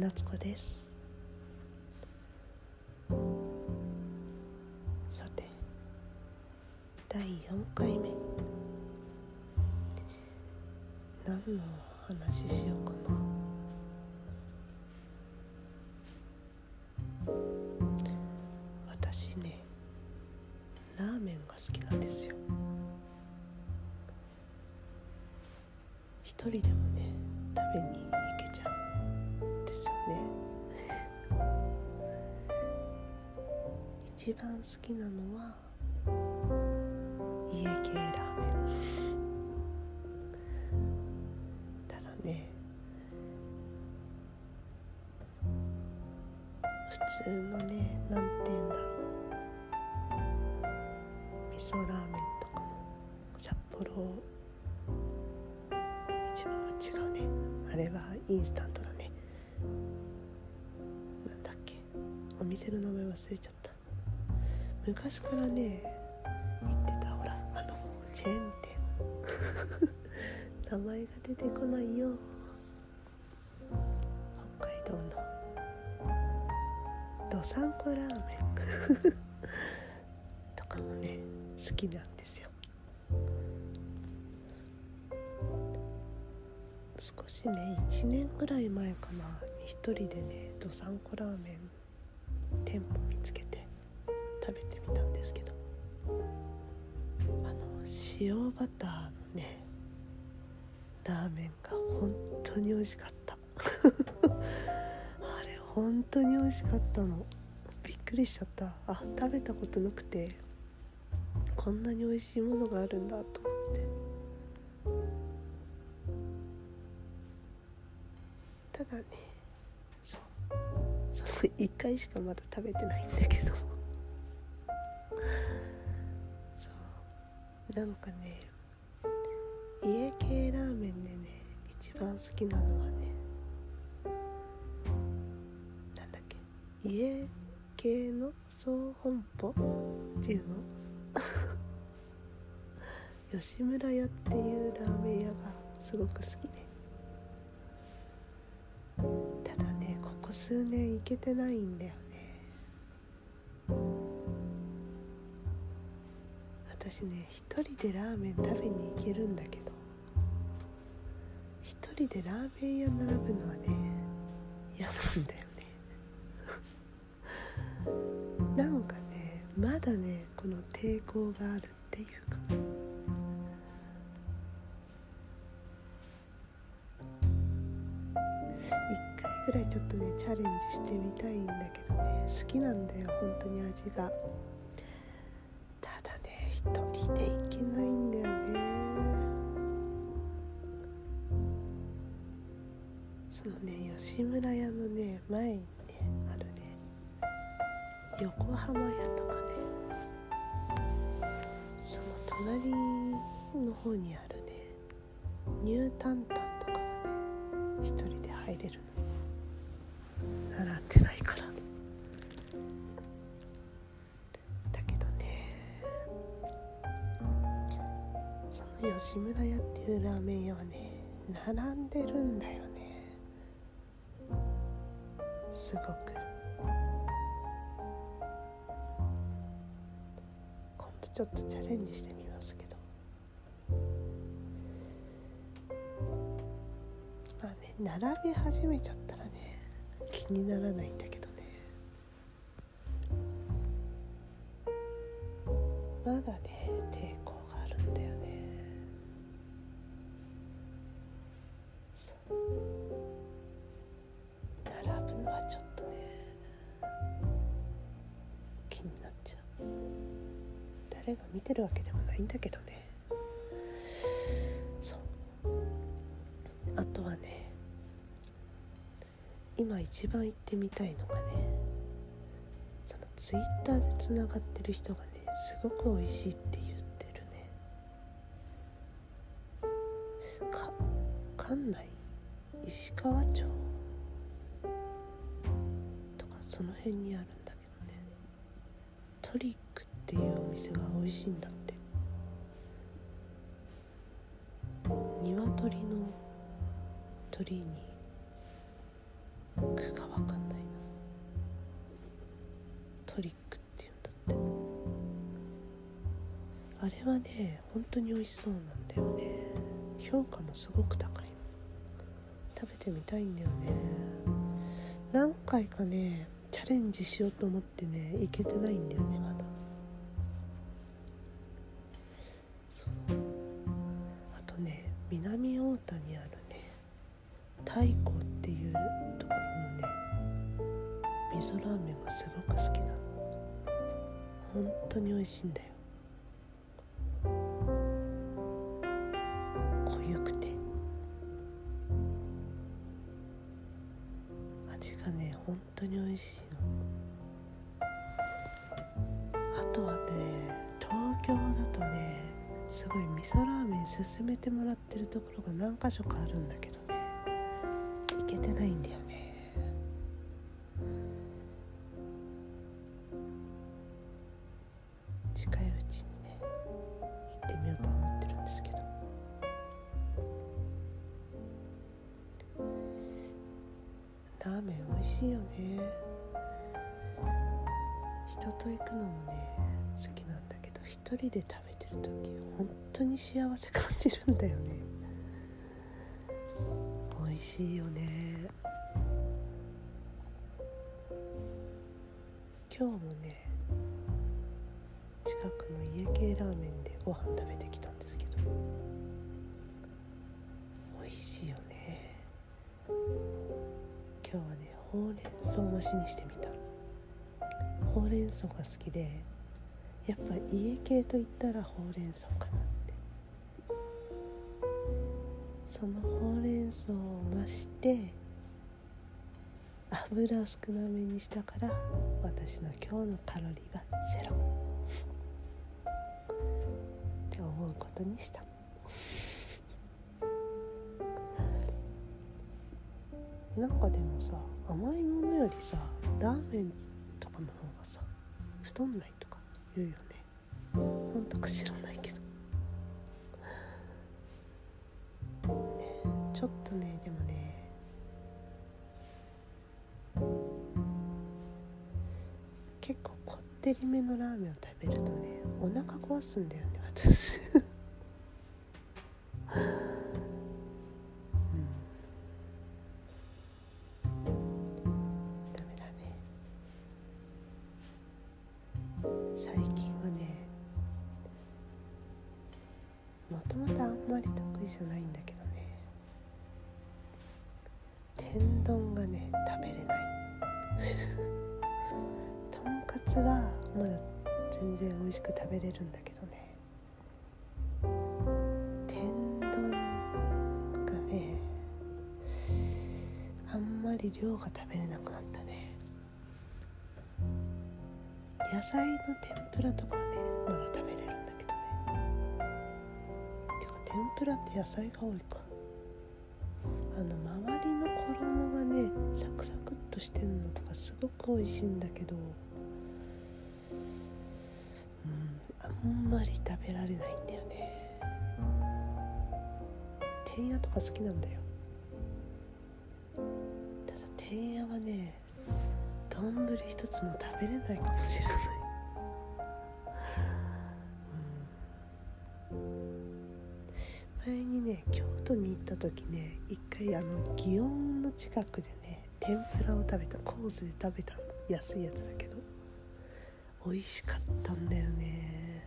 夏子です。さて、第4回目、何の話しようかな。私ね、ラーメンが好きなんですよ。一人でもね、食べに行けちゃうんですよね。一番好きなのは家系ラーメン。ただね、普通のね、なんていうんだろう、味噌ラーメンとかも札幌一番は違うね。あれはインスタントだね。なんだっけ、お店の名前忘れちゃった。昔からね行ってた、ほら、チェーン店名前が出てこないよ。北海道のどさんこラーメンとかもね好きなんですよ。少しね、1年ぐらい前かなに一人でねどさんこラーメン店舗見つけて食べてみたんですけど、塩バターのねラーメンが本当に美味しかったあれ本当に美味しかったの。びっくりしちゃった。食べたことなくてこんなに美味しいものがあるんだと思って。ただね、その1回しかまだ食べてないんだけどなんかね、家系ラーメンでね一番好きなのはね、なんだっけ、家系の総本舗っていうの吉村屋っていうラーメン屋がすごく好きで、ただねここ数年行けてないんだよね。私ね、一人でラーメン食べに行けるんだけど、一人でラーメン屋並ぶのはね嫌なんだよねなんかね、まだねこの抵抗があるっていうか、一回ぐらいちょっとねチャレンジしてみたいんだけどね、好きなんだよ本当に味が。ただね、一人で行けないんだよね。そのね、吉村屋のね前にねあるね横浜屋とかね、その隣の方にあるねニュータンタンとかがね一人で入れるの。並んでないから。だけどね、その吉村屋っていうラーメン屋はね並んでるんだよね。すごく今度ちょっとチャレンジしてみますけど、まあね、並び始めちゃったらね気にならないんだけどね、まだね抵抗があるんだよね。そう、並ぶのはちょっとね気になっちゃう。誰が見てるわけでもないんだけどね。そう、あとはね、今一番行ってみたいのがね、そのツイッターでつながってる人がねすごく美味しいって言ってるね。関内石川町とかその辺にあるんだけどね、トリックっていうお店が美味しいんだって。鶏の鳥に具が分かんないな。トリックっていうんだって。あれはね本当に美味しそうなんだよね。評価もすごく高いの。食べてみたいんだよね。何回かねチャレンジしようと思ってねいけてないんだよねまだ。そうあとね南太田にあるね太鼓っていうところのね味噌ラーメンがすごく好きなの。本当に美味しいんだよ。濃ゆくて味がね本当に美味しいの。あとはね東京だとねすごい味噌ラーメン勧めてもらってるところが何か所かあるんだけどね行けてないんだよね。近いうちにね行ってみようと思ってるんですけど、ラーメン美味しいよね。人と行くのもね好きなんだけど一人で食べてる時本当に幸せ感じるんだよね。美味しいよね。今日もね近くの家系ラーメンでご飯食べてきたんですけど美味しいよね。今日はねほうれん草増しにしてみた。ほうれん草が好きでやっぱ家系といったらほうれん草かなって。そのほうれん草を増して油を少なめにしたから私の今日のカロリーはゼロって思うことにした。なんかでもさ甘いものよりさラーメンとかの方がさ太んないとか言うよね。ほんとか知らないけどね。ちょっとねでもね結構こってりめのラーメンを食べるとねお腹壊すんだよね私ダメだね。最近はねもともとあんまり得意じゃないんだけどね天丼がね食べれないとんかつはまだ全然美味しく食べれるんだけどね天丼がねあんまり量が食べれなくなったね。野菜の天ぷらとかはねまだ食べれるんだけどね。てか天ぷらって野菜が多いか。周りの衣がねサクサクっとしてんのとかすごく美味しいんだけどあんまり食べられないんだよね。天野とか好きなんだよ。ただ天野はね丼一つも食べれないかもしれない前にね京都に行った時ね一回祇園の近くでね天ぷらを食べた。コースで食べたの。安いやつだけど美味しかったんだよね。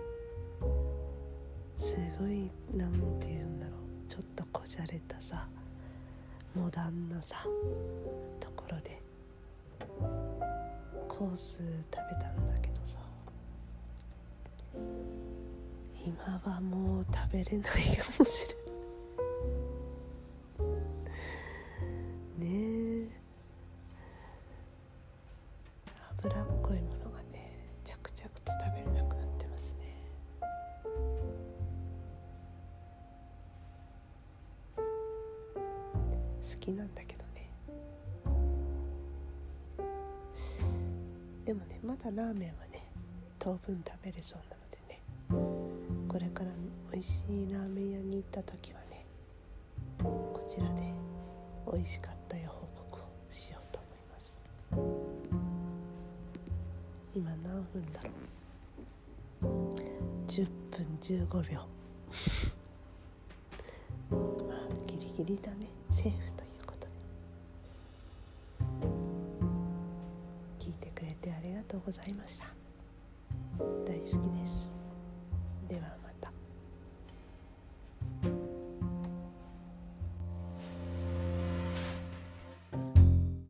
すごいなんていうんだろうちょっとこじゃれたさモダンなさところでコース食べたんだけどさ今はもう食べれないかもしれないねえ。脂っこいものがね着々と食べれなくなってますね。好きなんだけどね。でもねまだラーメンはね当分食べれそうなのでねこれから美味しいラーメン屋に行った時はねこちらで美味しかったよ報告をしようと思います。今何分だろう。10分15秒まあギリギリだね、セーフということで。聞いてくれてありがとうございました。大好きです。